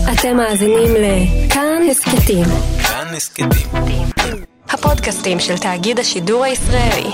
אתם מאזינים לכאן הסקטים. כאן הסקטים. הפודקאסטים של תאגיד השידור הישראלי.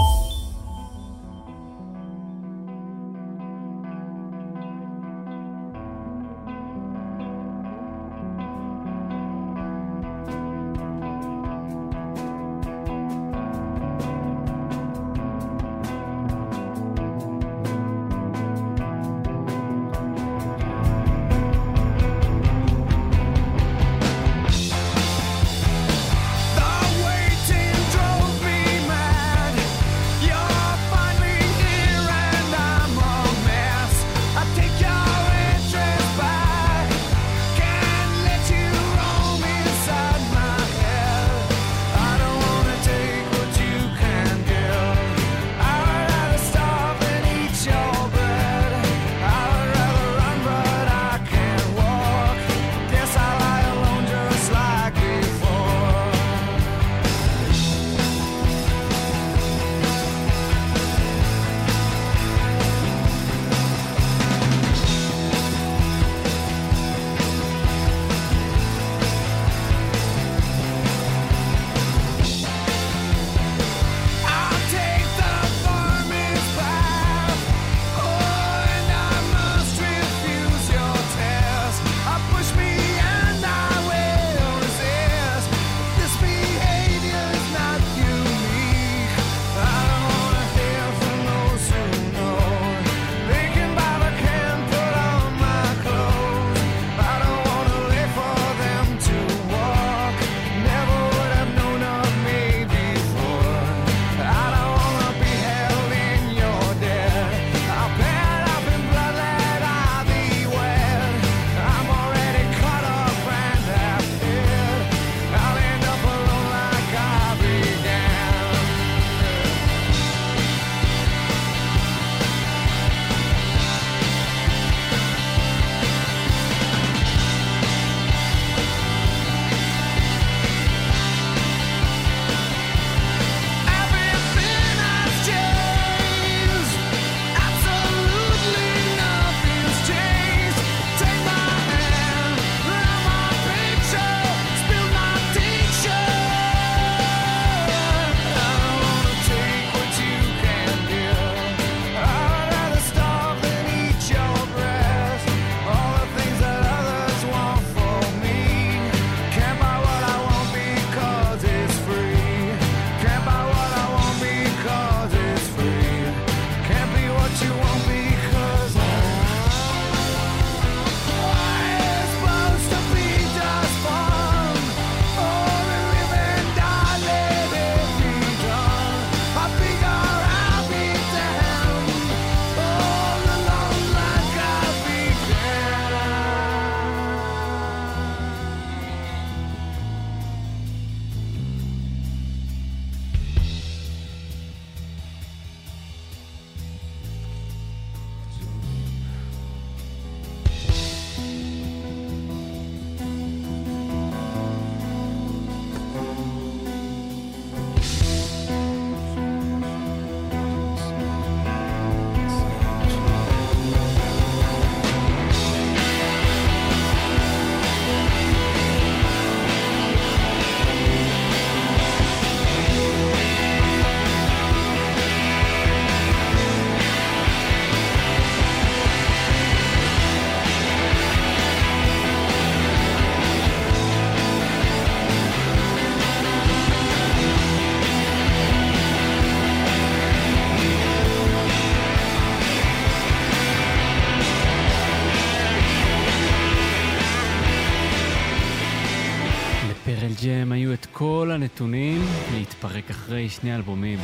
ג'ם היו את כל הנתונים להתפרק אחרי שני אלבומים.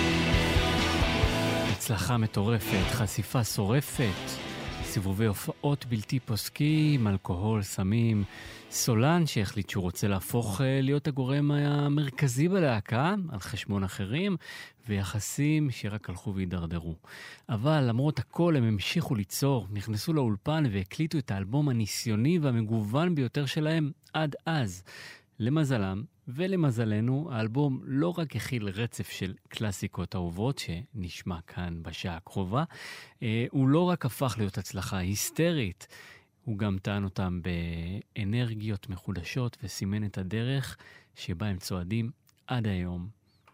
הצלחה מטורפת, חשיפה שורפת, סיבובי הופעות בלתי פוסקים, אלכוהול, סמים, סולן שהחליט שהוא רוצה להפוך להיות הגורם המרכזי בלהקה על חשבון אחרים, ויחסים שרק הלכו והידרדרו. אבל למרות הכל הם המשיכו ליצור, נכנסו לאולפן והקליטו את האלבום הניסיוני והמגוון ביותר שלהם עד אז. למזלם ולמזלנו, האלבום לא רק הכיל רצף של קלאסיקות אהובות שנשמע כאן בשעה הקרובה, הוא לא רק הפך להיות הצלחה היסטרית, הוא גם טען אותם באנרגיות מחודשות וסימן את הדרך שבה הם צועדים עד היום.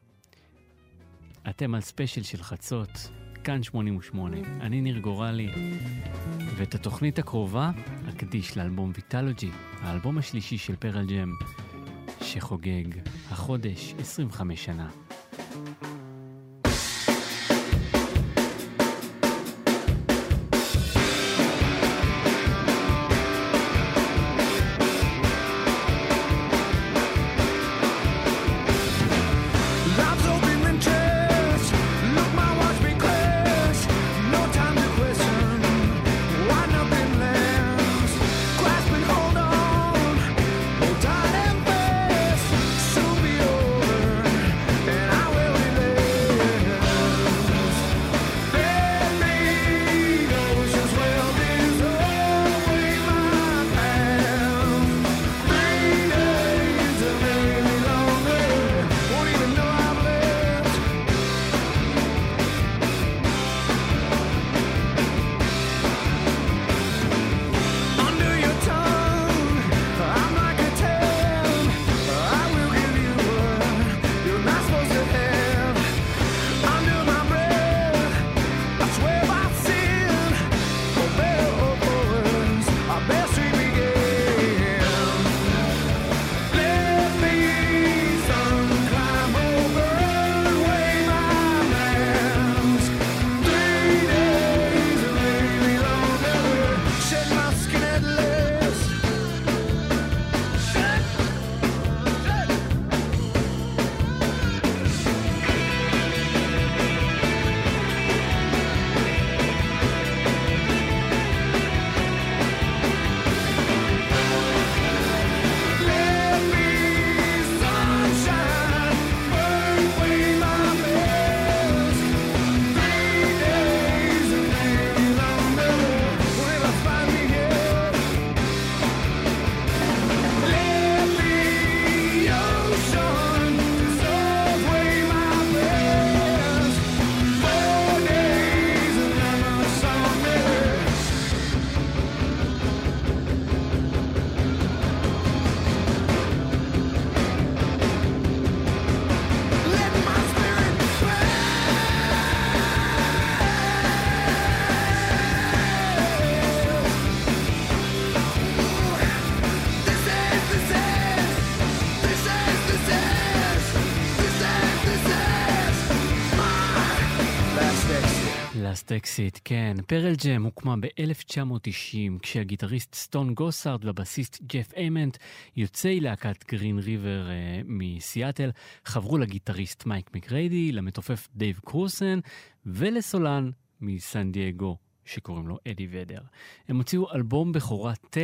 אתם על ספיישל של חצות, כאן 88. אני ניר גורלי, ואת התוכנית הקרובה אקדיש לאלבום ויטלוג'י, האלבום השלישי של פרל ג'ם, שחוגג החודש 25 שנה. טקסית, כן. פרל ג'ם הוקמה ב-1990 כשהגיטריסט סטון גוסארד והבסיסט ג'ף איימנט, יוצאי להקת גרין ריבר מסיאטל, חברו לגיטריסט מייק מקריידי, למתופף דייב קרוסן ולסולן מסן דייגו שקוראים לו אדי ודר. הם הוציאו אלבום בכורה 10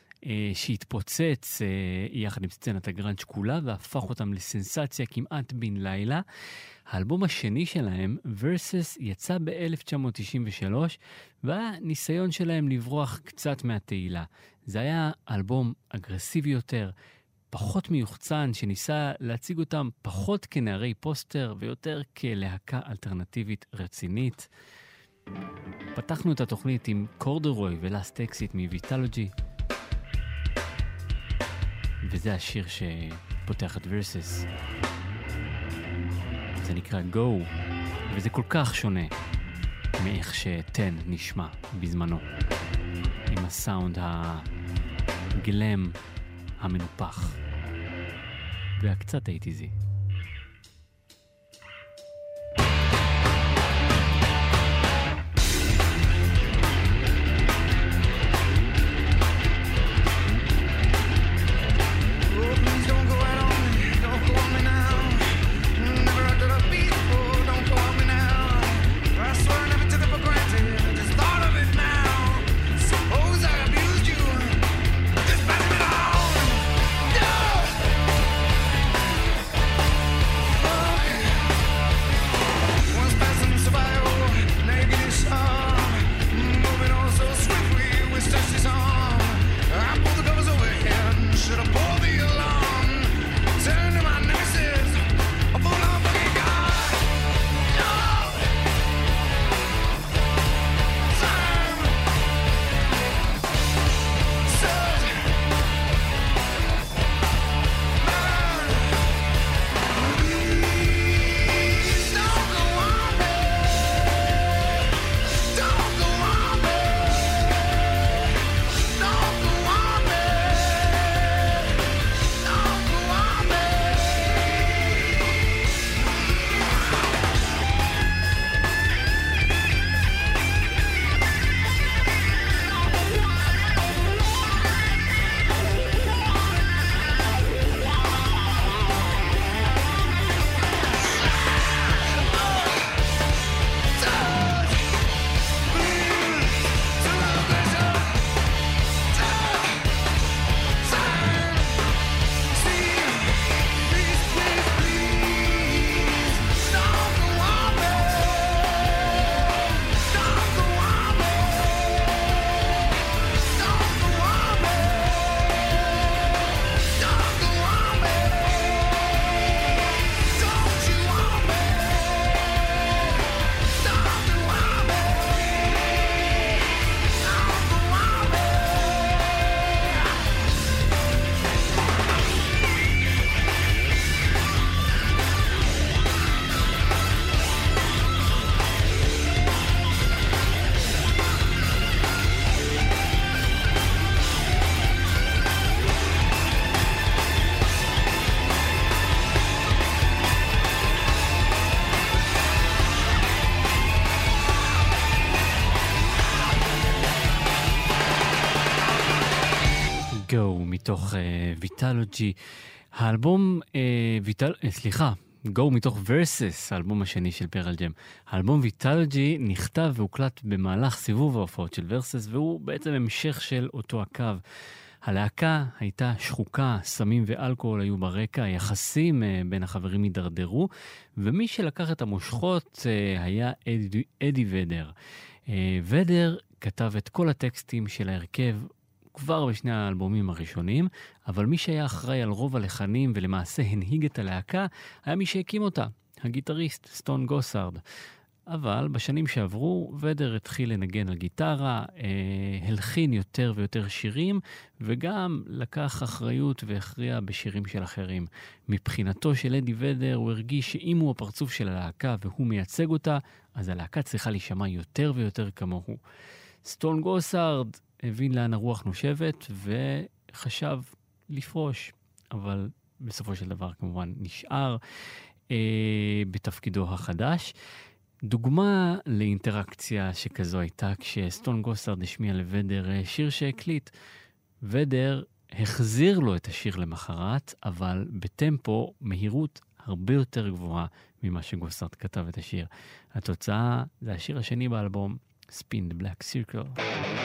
שהתפוצץ יחד עם סצנת הגרנג' כולה והפך אותם לסנסציה כמעט בן לילה. האלבום השני שלהם, Versus, יצא ב-1993 והיה ניסיון שלהם לברוח קצת מהתהילה. זה היה אלבום אגרסיבי יותר, פחות מיוחצן, שניסה להציג אותם פחות כנערי פוסטר ויותר כלהקה אלטרנטיבית רצינית. פתחנו את התוכנית עם קורדרוי ולאסט אקסיט מוויטלוג'י, וזה השיר שפותח את Versus. זה נקרא Go, וזה כל כך שונה מאיך שטן נשמע בזמנו, עם הסאונד הגלם המנופח והקצת איטיזי. Suppose I abused you. Go מתוך ויטלוג'י. האלבום, Go מתוך Versus, האלבום השני של פרל ג'ם. האלבום ויטלוג'י נכתב והוקלט במהלך סיבוב ההופעות של Versus, והוא בעצם המשך של אותו הקו. הלהקה הייתה שחוקה, סמים ואלכוהול היו ברקע, היחסים בין החברים הידרדרו, ומי שלקח את המושכות היה אדי ודר. ודר כתב את כל הטקסטים של ההרכב כבר בשני האלבומים הראשונים, אבל מי שהיה אחראי על רוב הלחנים ולמעשה הנהיג את הלהקה, היה מי שהקים אותה, הגיטריסט סטון גוסארד. אבל בשנים שעברו, ודר התחיל לנגן על גיטרה, הלחין יותר ויותר שירים, וגם לקח אחריות והכריע בשירים של אחרים. מבחינתו של אדי ודר, הוא הרגיש שאם הוא הפרצוף של הלהקה והוא מייצג אותה, אז הלהקה צריכה להישמע יותר ויותר כמוהו. סטון גוסארד הבין לאן הרוח נושבת וחשב לפרוש, אבל בסופו של דבר כמובן נשאר בתפקידו החדש. דוגמה לאינטראקציה שכזו הייתה כשסטון גוסארד השמיע לוודר שיר שהקליט. ודר החזיר לו את השיר למחרת, אבל בטמפו, מהירות הרבה יותר גבוהה ממה שגוסארד כתב את השיר. התוצאה זה השיר השני באלבום, Spin the Black Circle.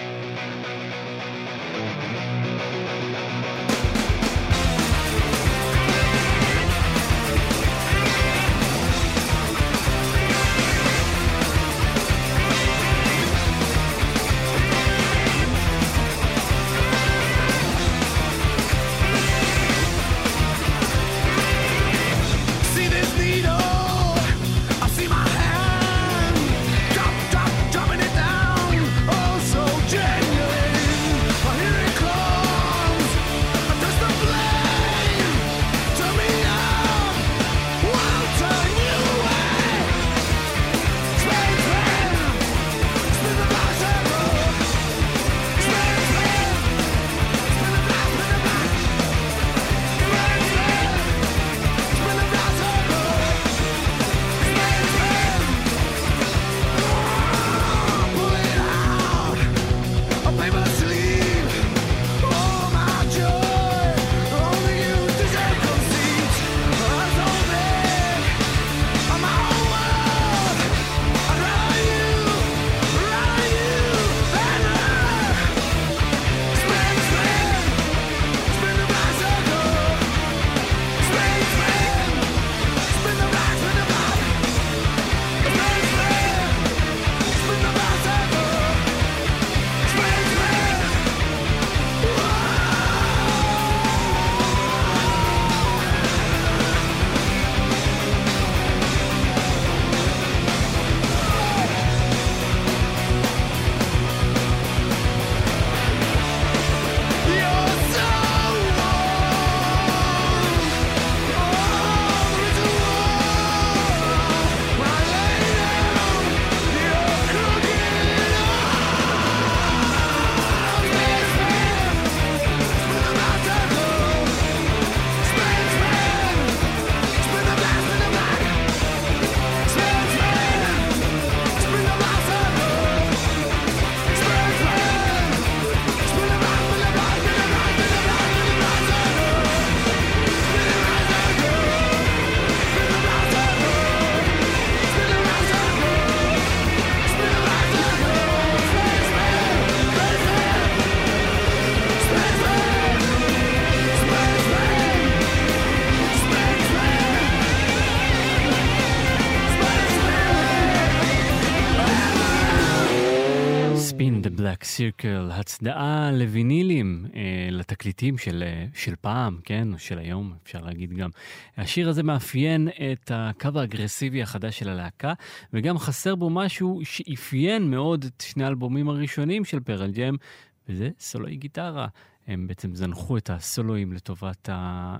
סירקל, הצדעה לוינילים, לתקליטים של פעם, כן, או של היום, אפשר להגיד גם. השיר הזה מאפיין את הקו האגרסיבי החדש של הלהקה, וגם חסר בו משהו שאפיין מאוד את שני האלבומים הראשונים של פרל ג'ם, וזה סולוי גיטרה. הם בעצם זנחו את הסולואים לטובת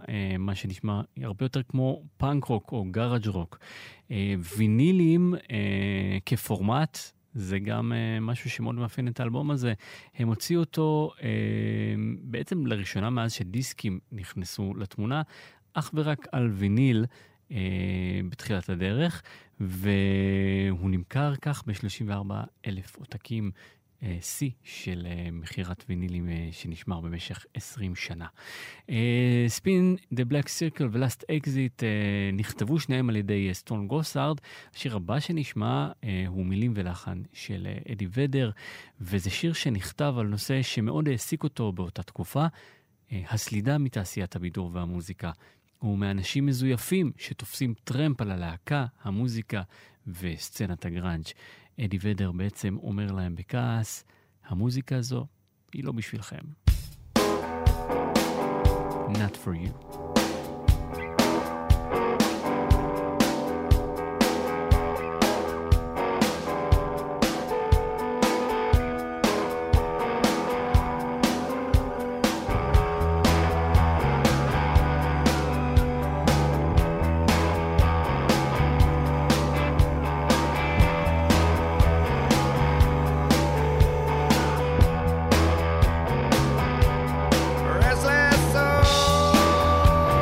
מה שנשמע הרבה יותר כמו פאנק רוק או גאראג' רוק. וינילים כפורמט, זה גם משהו שמאוד מאפיין את האלבום הזה. הם הוציאו אותו בעצם לראשונה מאז שדיסקים נכנסו לתמונה, אך ורק על ויניל בתחילת הדרך, והוא נמכר כך ב-34,000 עותקים. שיא של מחירת וינילים שנשמר במשך 20 שנה. ספין, The Black Circle ו-Last Exit נכתבו שניהם על ידי סטון גוסארד. השיר הבא שנשמע הוא מילים ולחן של אדי ודר, וזה שיר שנכתב על נושא שמאוד העסיק אותו באותה תקופה, הסלידה מתעשיית הבידור והמוזיקה. הוא מאנשים מזויפים שתופסים טרמפ על הלהקה, המוזיקה וסצנת הגרנג'. אדי ודר בעצם אומר להם בכעס, המוזיקה הזו היא לא בשבילכם. Not for you. Restless soul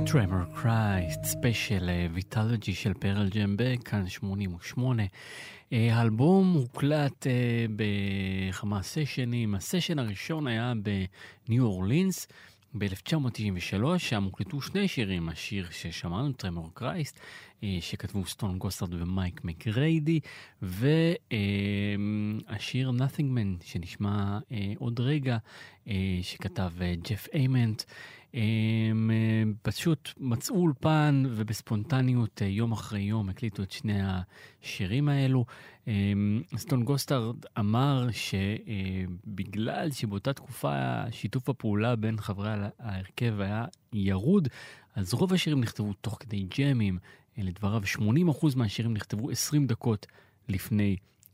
Tremor Christ, ספיישל ויטלוג'י של פרל ג'ם בכאן 88. האלבום הוקלט בכמה סשנים. הסשן הראשון היה בניו אורלינס ב-1993, שם הוקלטו שני שירים, השיר ששמענו, טרמור קרייסט, שכתבו סטון גוסארד ומייק מקריידי, והשיר Nothing Man, שנשמע עוד רגע, שכתב ג'ף איימנט. פשוט מצאו אולפן ובספונטניות יום אחרי יום הקליטו את שני השירים האלו. סטון גוסארד אמר שבגלל שבאותה תקופה שיתוף הפעולה בין חברי ההרכב היה ירוד, אז רוב השירים נכתבו תוך כדי ג'מים. לדבריו 80% מהשירים נכתבו 20 דקות לפני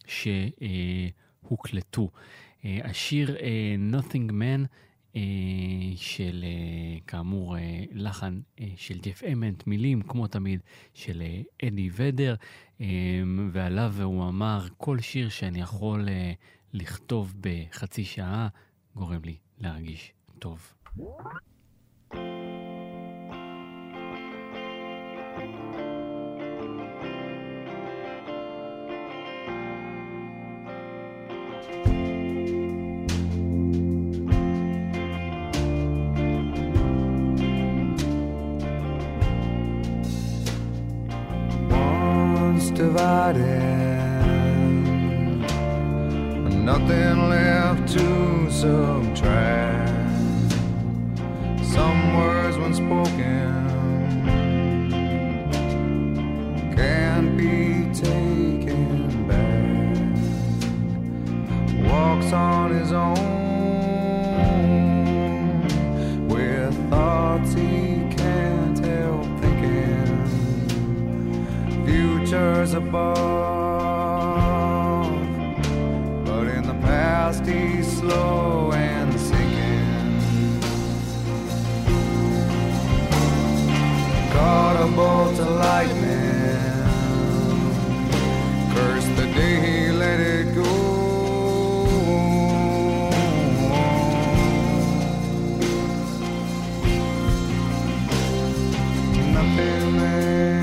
שהוקלטו. השיר Nothing Man של כאמור לחן של ג'ף איימנט, מילים כמו תמיד של אדי ודר, ועליו הוא אמר כל שיר שאני יכול לכתוב בחצי שעה גורם לי להרגיש טוב. Divided, nothing left to subtract. Some words when spoken can't be taken back. Walks on his own with thoughts he can't help thinking. Futures above, but in the past he's slow and sinking. Caught a bolt of lightning, cursed the day he let it go. Nothing man.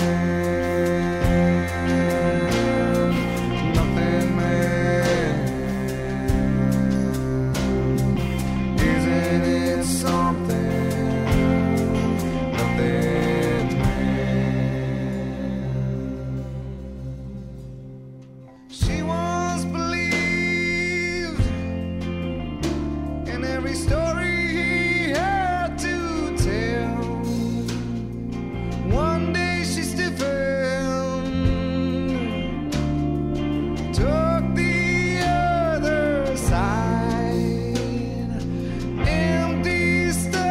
Stay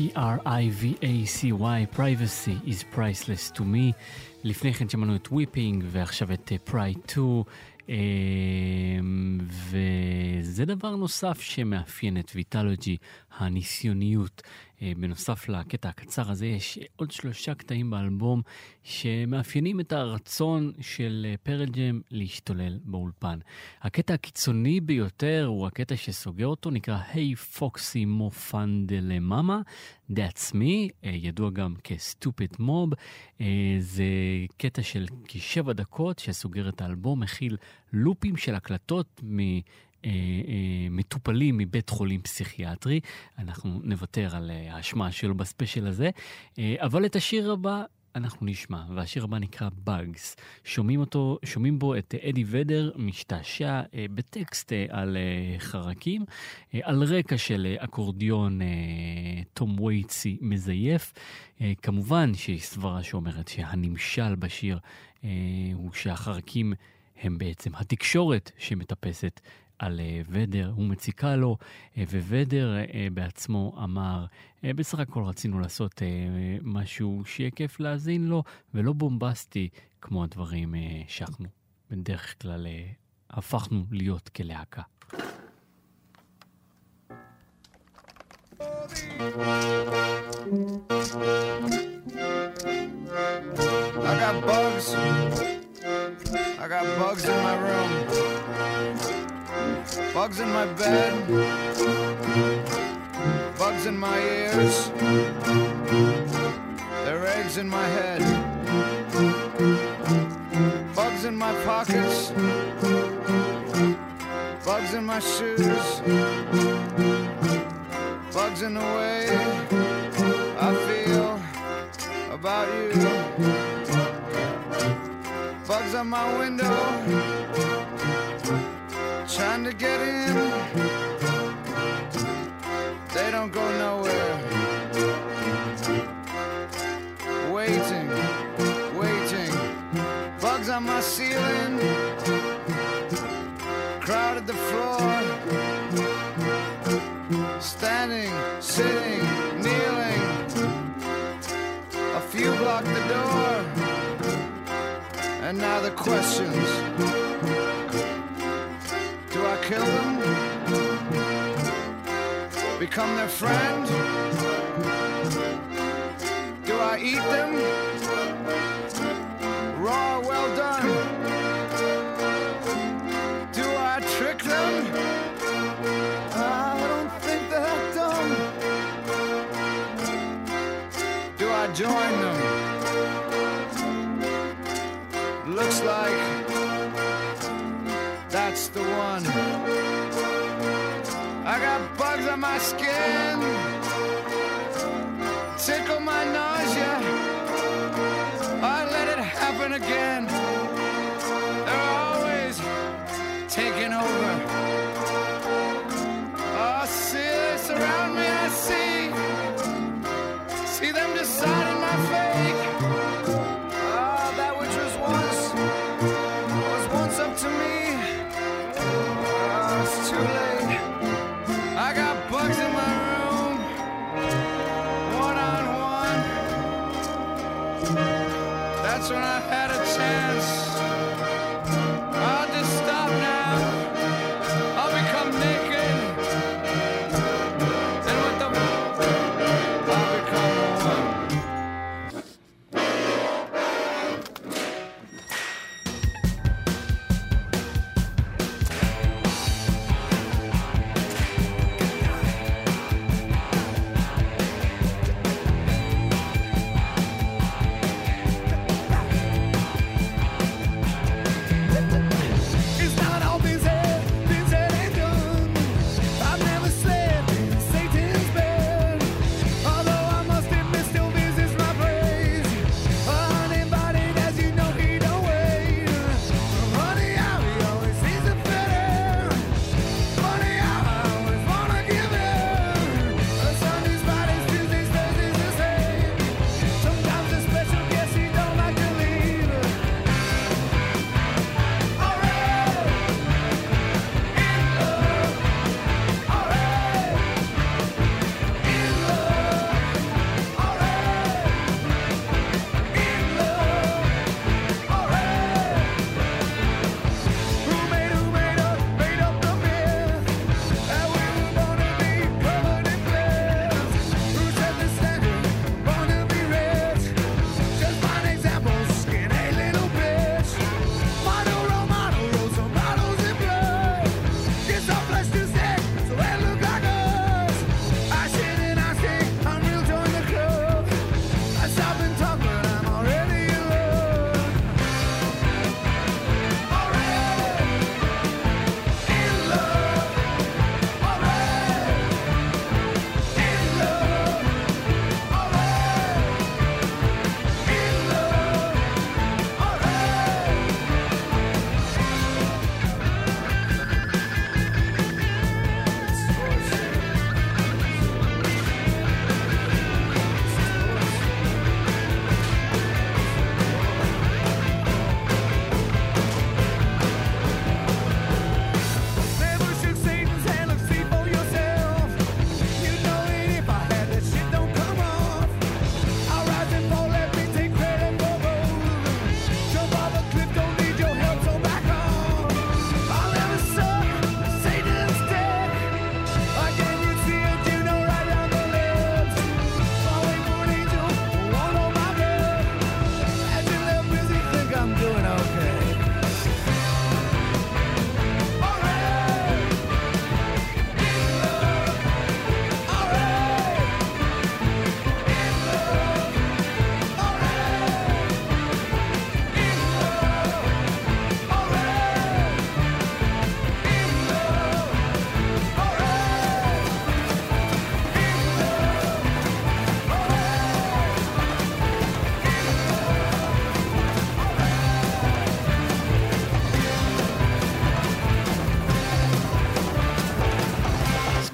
P-R-I-V-A-C-Y, Privacy is Priceless to Me. לפני כן שמענו את Weeping ועכשיו את Pride 2. וזה דבר נוסף שמאפיין את ויטלוג'י, הניסיוניות. בנוסף לקטע הקצר הזה יש עוד 3 קטעים באלבום שמאפיינים את הרצון של פרל ג'ם להשתולל באולפן. הקטע הקיצוני ביותר הוא הקטע שסוגר אותו, נקרא Hey Foxy Mo Fun de la Mama, That's Me, ידוע גם כ-Stupid Mob. זה קטע של כ7 דקות שסוגר את האלבום, מכיל לופים של הקלטות מטופלים מבית חולים פסיכיאטרי. אנחנו נוותר על ההשמעה שלו בספיישל הזה, אבל את השיר הבא אנחנו נשמע, והשיר הבא נקרא Bugs. שומעים בו את אדי ודר משתעשע בטקסט על חרקים, על רקע של אקורדיון תום וייטסי מזייף. כמובן שיש סברה שאומרת שהנמשל בשיר הוא שהחרקים הם בעצם התקשורת שמטפסת על ודר, הוא מציקה לו, ווודר בעצמו אמר, בסך הכל רצינו לעשות משהו שיהיה כיף להזין לו, ולא בומבסטי כמו הדברים שאנחנו בדרך כלל הפכנו להיות כלהקה. I got bugs. I got bugs in my room. Bugs in my bed. Bugs in my ears. There are eggs in my head. Bugs in my pockets. Bugs in my shoes. Bugs in the way I feel about you. Bugs on my window, trying to get in. They don't go nowhere. Waiting, waiting. Bugs on my ceiling, crowded the floor. Standing, sitting, kneeling. A few block the door. And now the questions. Do I kill them? Become their friend? Do I eat them? Raw, well done. Do I trick them? I don't think they're dumb. Do I join them? Looks like that's the one. I got bugs on my skin, tickle my nausea. I let it happen again. They're always taking over. Oh, see this around me, I see them deciding my fate. That which was once up to me. It's too late. I got bugs in my room, one on one. That's when I had a chance. I'll just stop now. I'll become naked. Then with the I'll become one.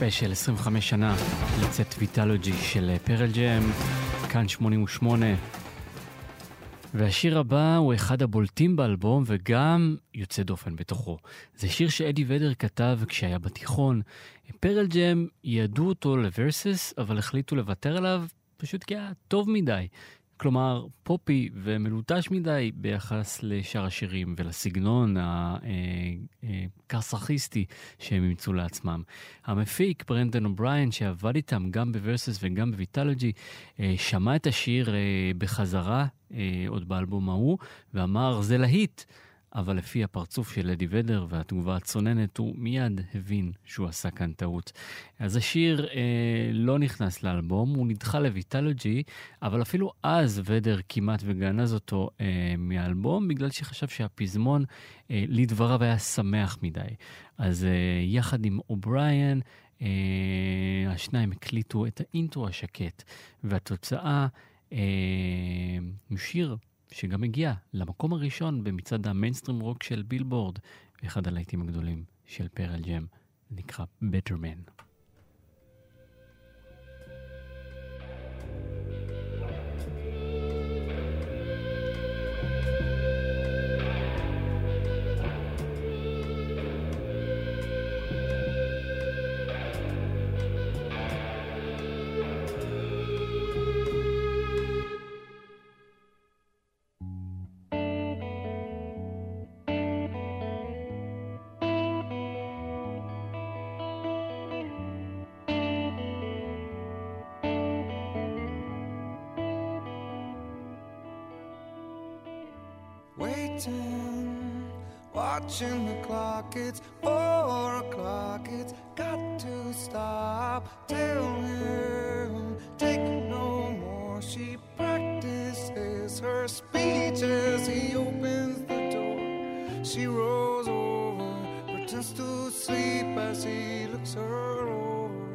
ספיישל 25 שנה לצאת ויטלוג'י של פרל ג'ם, כאן 88. והשיר הבא הוא אחד הבולטים באלבום וגם יוצא דופן בתוכו. זה שיר שאדי ודר כתב כשהיה בתיכון. פרל ג'ם ידעו אותו לוורסס, אבל החליטו לוותר עליו פשוט כי היה טוב מדי. כלומר, פופי ומלוטש מדי ביחס לשאר השירים ולסגנון הקרסכיסטי שהם ימצאו לעצמם. המפיק, ברנדן אובריין, שעבד איתם גם בוורסס וגם בויטלוג'י, שמע את השיר בחזרה, עוד באלבום ההוא, ואמר, זה להיט. אבל לפי הפרצוף של אדי ודר והתגובה הצוננת, הוא מיד הבין שהוא עשה כאן טעות. אז השיר לא נכנס לאלבום, הוא נדחה לויטלוג'י, אבל אפילו אז ודר כמעט וגנז אותו מהאלבום, בגלל שחשב שהפזמון לדבריו היה שמח מדי. אז יחד עם אובריין, השניים הקליטו את האינטרו השקט, והתוצאה משיר שגם הגיע למקום הראשון במצעד המיינסטרים רוק של בילבורד, ואחד הלהיטים הגדולים של פרל ג'ם, נקרא Better Man. Watching the clock, it's 4 o'clock, it's got to stop. Tell him, take no more. She practices her speech as he opens the door. She rolls over, pretends to sleep as he looks her over.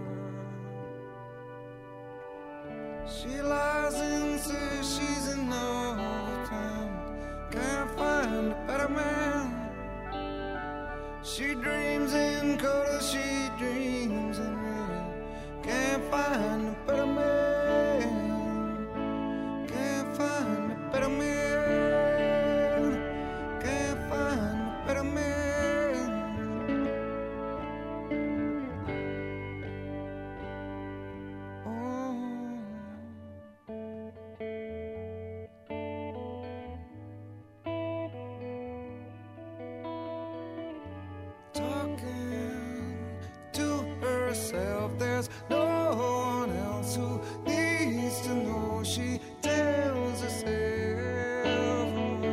She lies and says she's in love with him, can't find a better man. She dreams in color, she dreams in red. Can't find a better man. Can't find a better man. Can't find a better man. Oh. Talking to herself, there's no one else who needs to know. She tells herself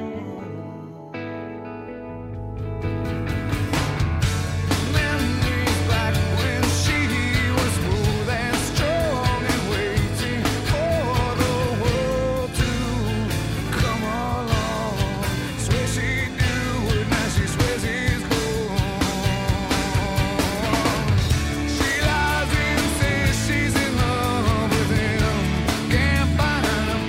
memories back when she was smooth and strong and waiting for the world to come along. Swear she'd do it, now she swears he's gone. She lies and says she's in love with him. Can't find a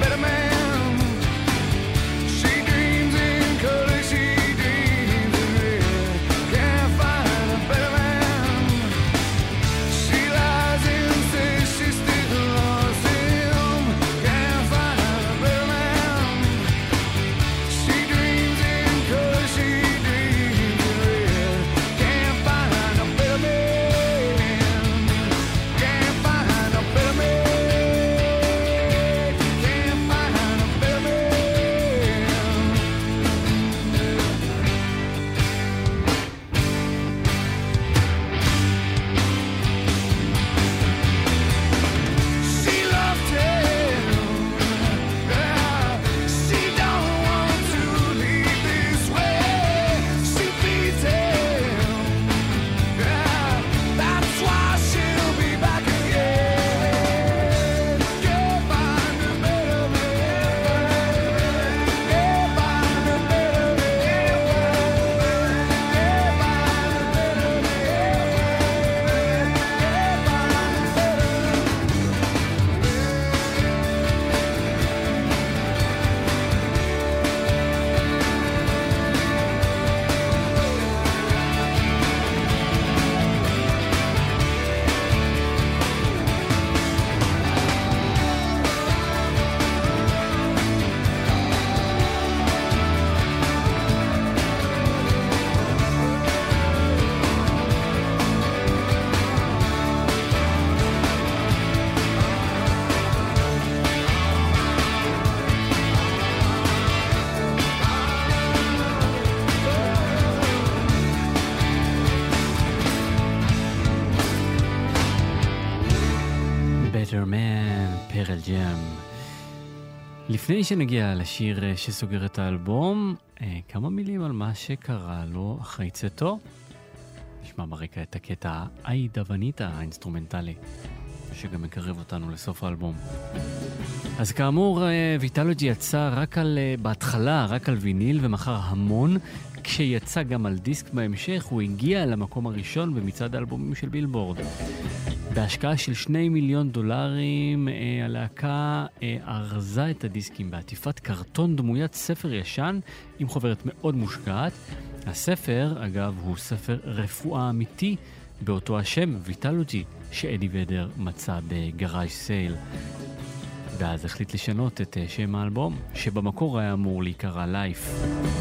ג'ם. לפני שנגיע לשיר שסוגר את האלבום, כמה מילים על מה שקרה לו אחרי צאתו. נשמע ברקע את הקטע איידה וניטה האינסטרומנטלי, שגם מקרב אותנו לסוף האלבום. אז כאמור, ויטלוג'י יצא בהתחלה רק על ויניל ומחר המון. כשיצא גם על דיסק בהמשך, הוא הגיע למקום הראשון במצעד האלבומים של בילבורד. בהשקעה של $2 מיליון, הלהקה ארזה את הדיסקים בעטיפת קרטון דמוית ספר ישן עם חוברת מאוד מושקעת. הספר, אגב, הוא ספר רפואה אמיתי באותו השם, ויטלוג'י, שאדי ודר מצא בגראז' סייל. ואז החליט לשנות את שם האלבום, שבמקור היה אמור להיקרא לייף.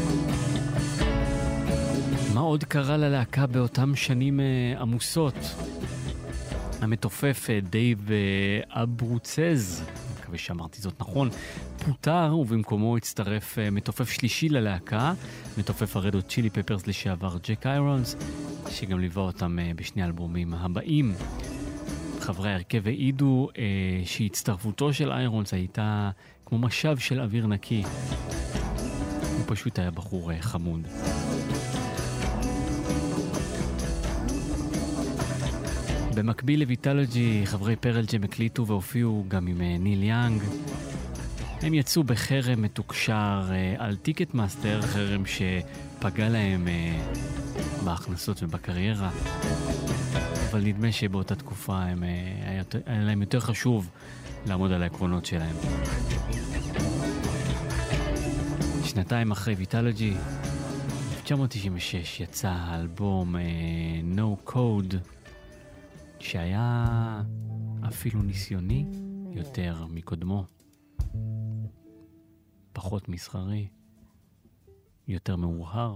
מה עוד קרה ללהקה באותם שנים עמוסות? המתופף דייב אברוצז, אני מקווה שאמרתי זאת נכון, פוטר ובמקומו הצטרף מתופף שלישי ללהקה, מתופף הרד הוט צ'ילי פפרס לשעבר ג'ק איירונס, שגם ליווה אותם בשני האלבומים הבאים. חברי ההרכב העידו שהצטרפותו של איירונס הייתה כמו משב של אוויר נקי. הוא פשוט היה בחור חמוד. במקביל לויטלוג'י, חברי פרל ג'ם הקליטו והופיעו גם עם ניל יאנג. הם יצאו בחרם מתוקשר על טיקט מאסטר, חרם שפגע להם בהכנסות ובקריירה. אבל נדמה שבאותה תקופה היה להם יותר חשוב לעמוד על העקרונות שלהם. שנתיים אחרי ויטלוג'י, 1996, יצא האלבום No Code, שהיה אפילו ניסיוני יותר מקודמו. פחות מסחרי, יותר מאוחר.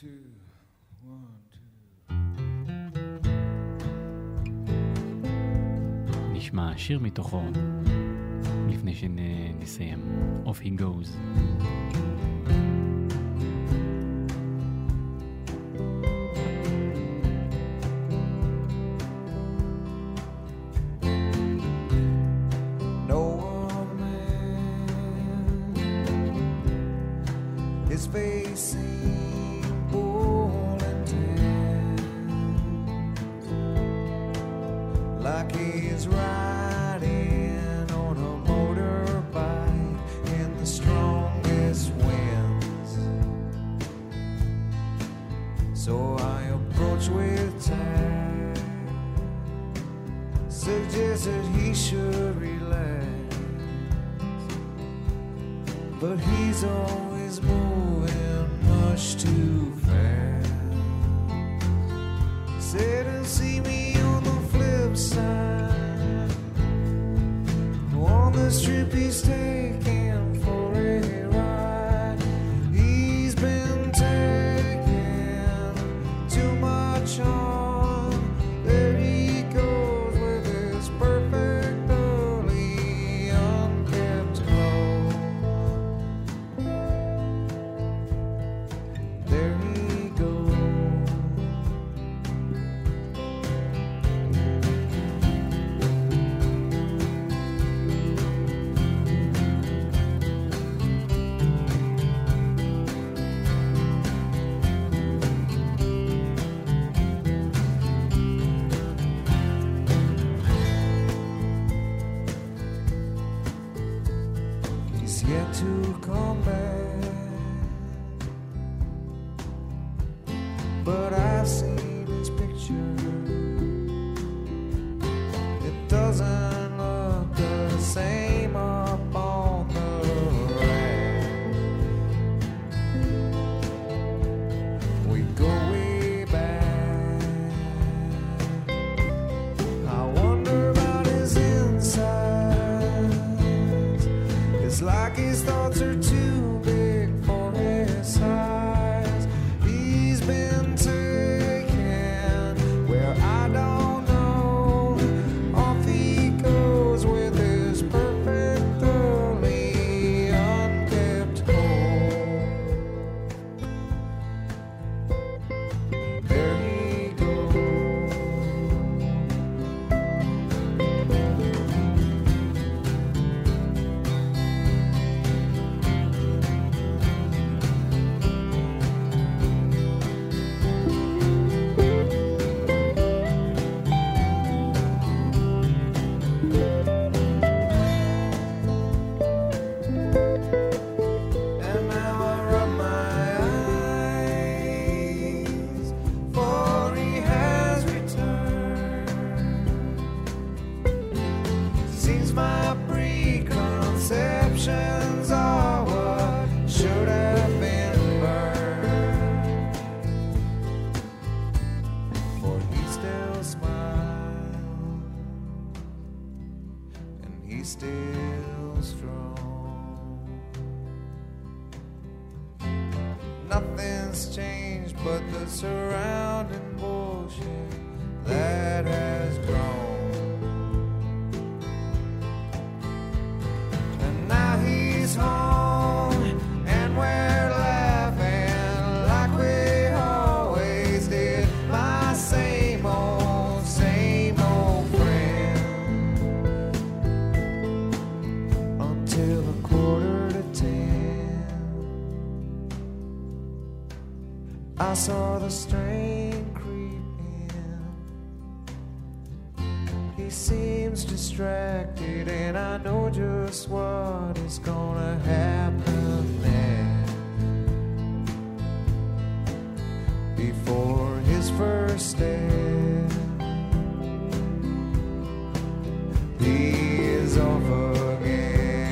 נשמע שיר מתוכו לפני שנסיים. Off he goes. emotions are what should have been burned. For he still smiles, and he's still strong. Nothing's changed but the surrounding bullshit that has grown. And now he's home, and we're laughing like we always did. My same old friend. Until 9:45. I saw the strain creep in. He seems distracted, and I know just what is gonna happen next. Before his first step, he is off again.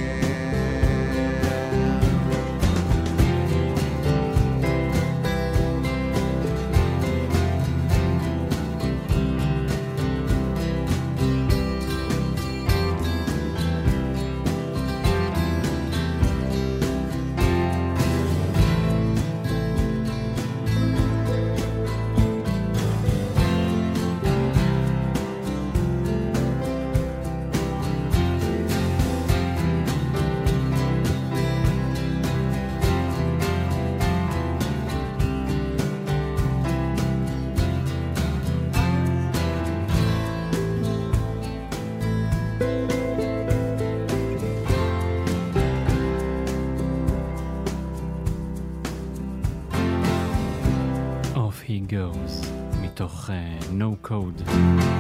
He Goes, מתוך No Code.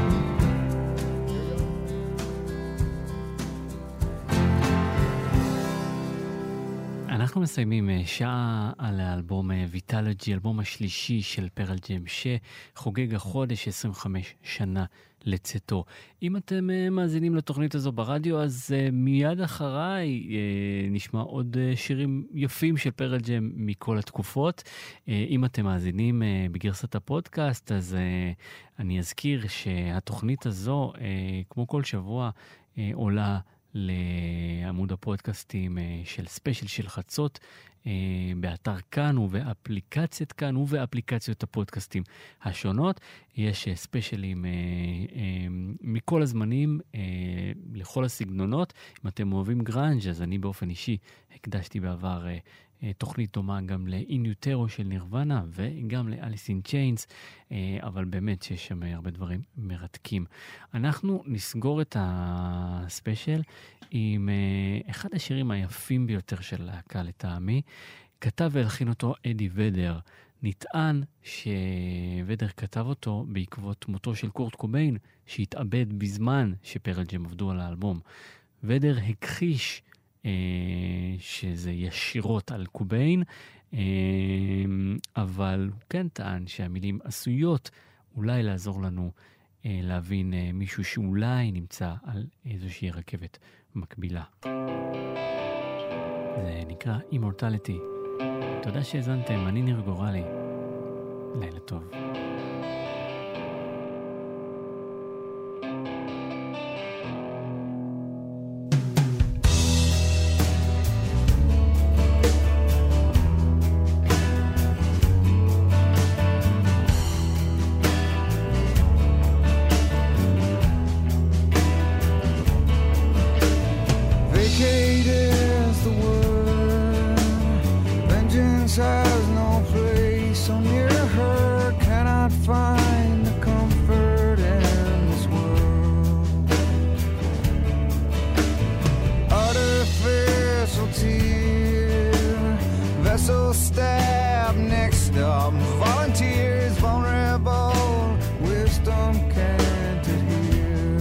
אנחנו מסיימים שעה על האלבום ויטלוג'י, אלבום השלישי של פרל ג'ם, שחוגג החודש 25 שנה לצאתו. אם אתם מאזינים לתוכנית הזו ברדיו, אז מיד אחריי נשמע עוד שירים יפים של פרל ג'ם מכל התקופות. אם אתם מאזינים בגרסת הפודקאסט, אז אני אזכיר שהתוכנית הזו, כמו כל שבוע, עולה לעמוד הפודקאסטים של ספיישל של חצות, באתר כאן ובאפליקציית כאן ובאפליקציות הפודקאסטים השונות. יש ספיישלים מכל הזמנים, לכל הסגנונות. אם אתם אוהבים גראנג', אז אני באופן אישי הקדשתי בעבר תוכנית דומה גם ל-In Utero של נירוונה וגם ל-Alice in Chains, אבל באמת שיש שם הרבה דברים מרתקים. אנחנו נסגור את הספיישל עם אחד השירים היפים ביותר של להקה לטעמי. כתב והלחין אותו אדי ודר. נטען שודר כתב אותו בעקבות מותו של קורט קוביין, שהתאבד בזמן שפרל ג'ם עבדו על האלבום. ודר הכחיש שזה ישירות על קוביין, אבל הוא כן טען שהמילים עשויות אולי לעזור לנו להבין מישהו שאולי נמצא על איזושהי רכבת מקבילה. זה נקרא Immortality. תודה שהזנתם, אני ניר גורלי. לילה טוב. Has no place so near her, cannot find the comfort in this world. Artificial tear, vessel stab, next up, volunteers, vulnerable, wisdom can't adhere.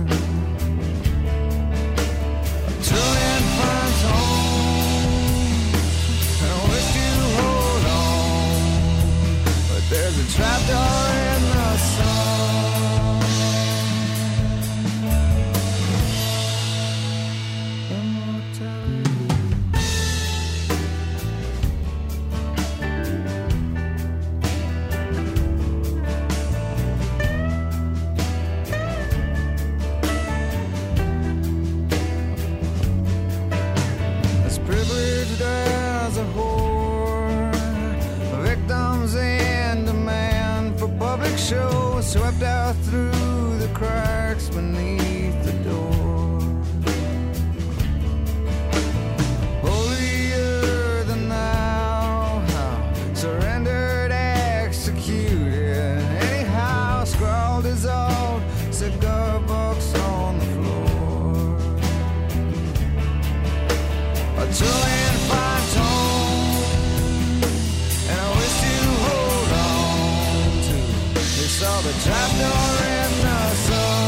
A trillion finds home, and I wish to hold on, but there's a trapdoor in the sun. Immortality. swept out through the cracks beneath the door. Holier than thou, how surrendered, executed. Anyhow, scrawled his old cigar box on the floor. A trillion fine tone, and I wish you hold on to. They saw the trapdoor in the sun.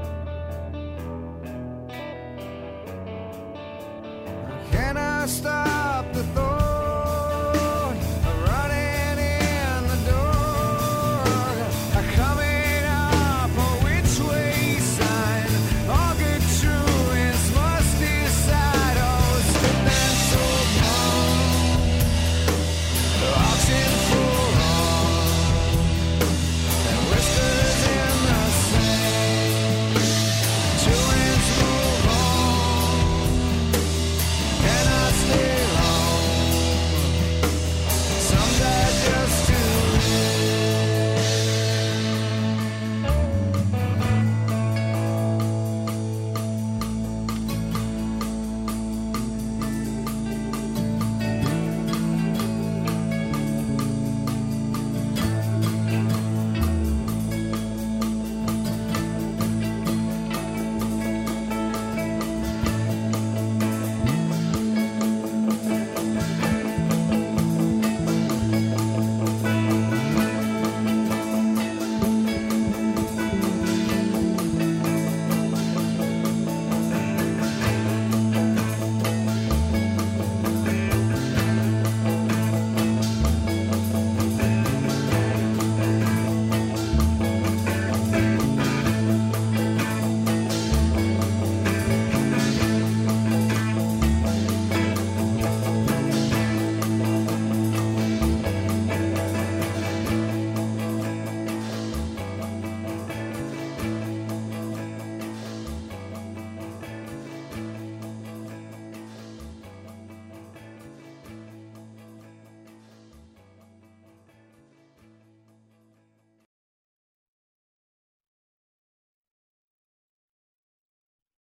Can I stop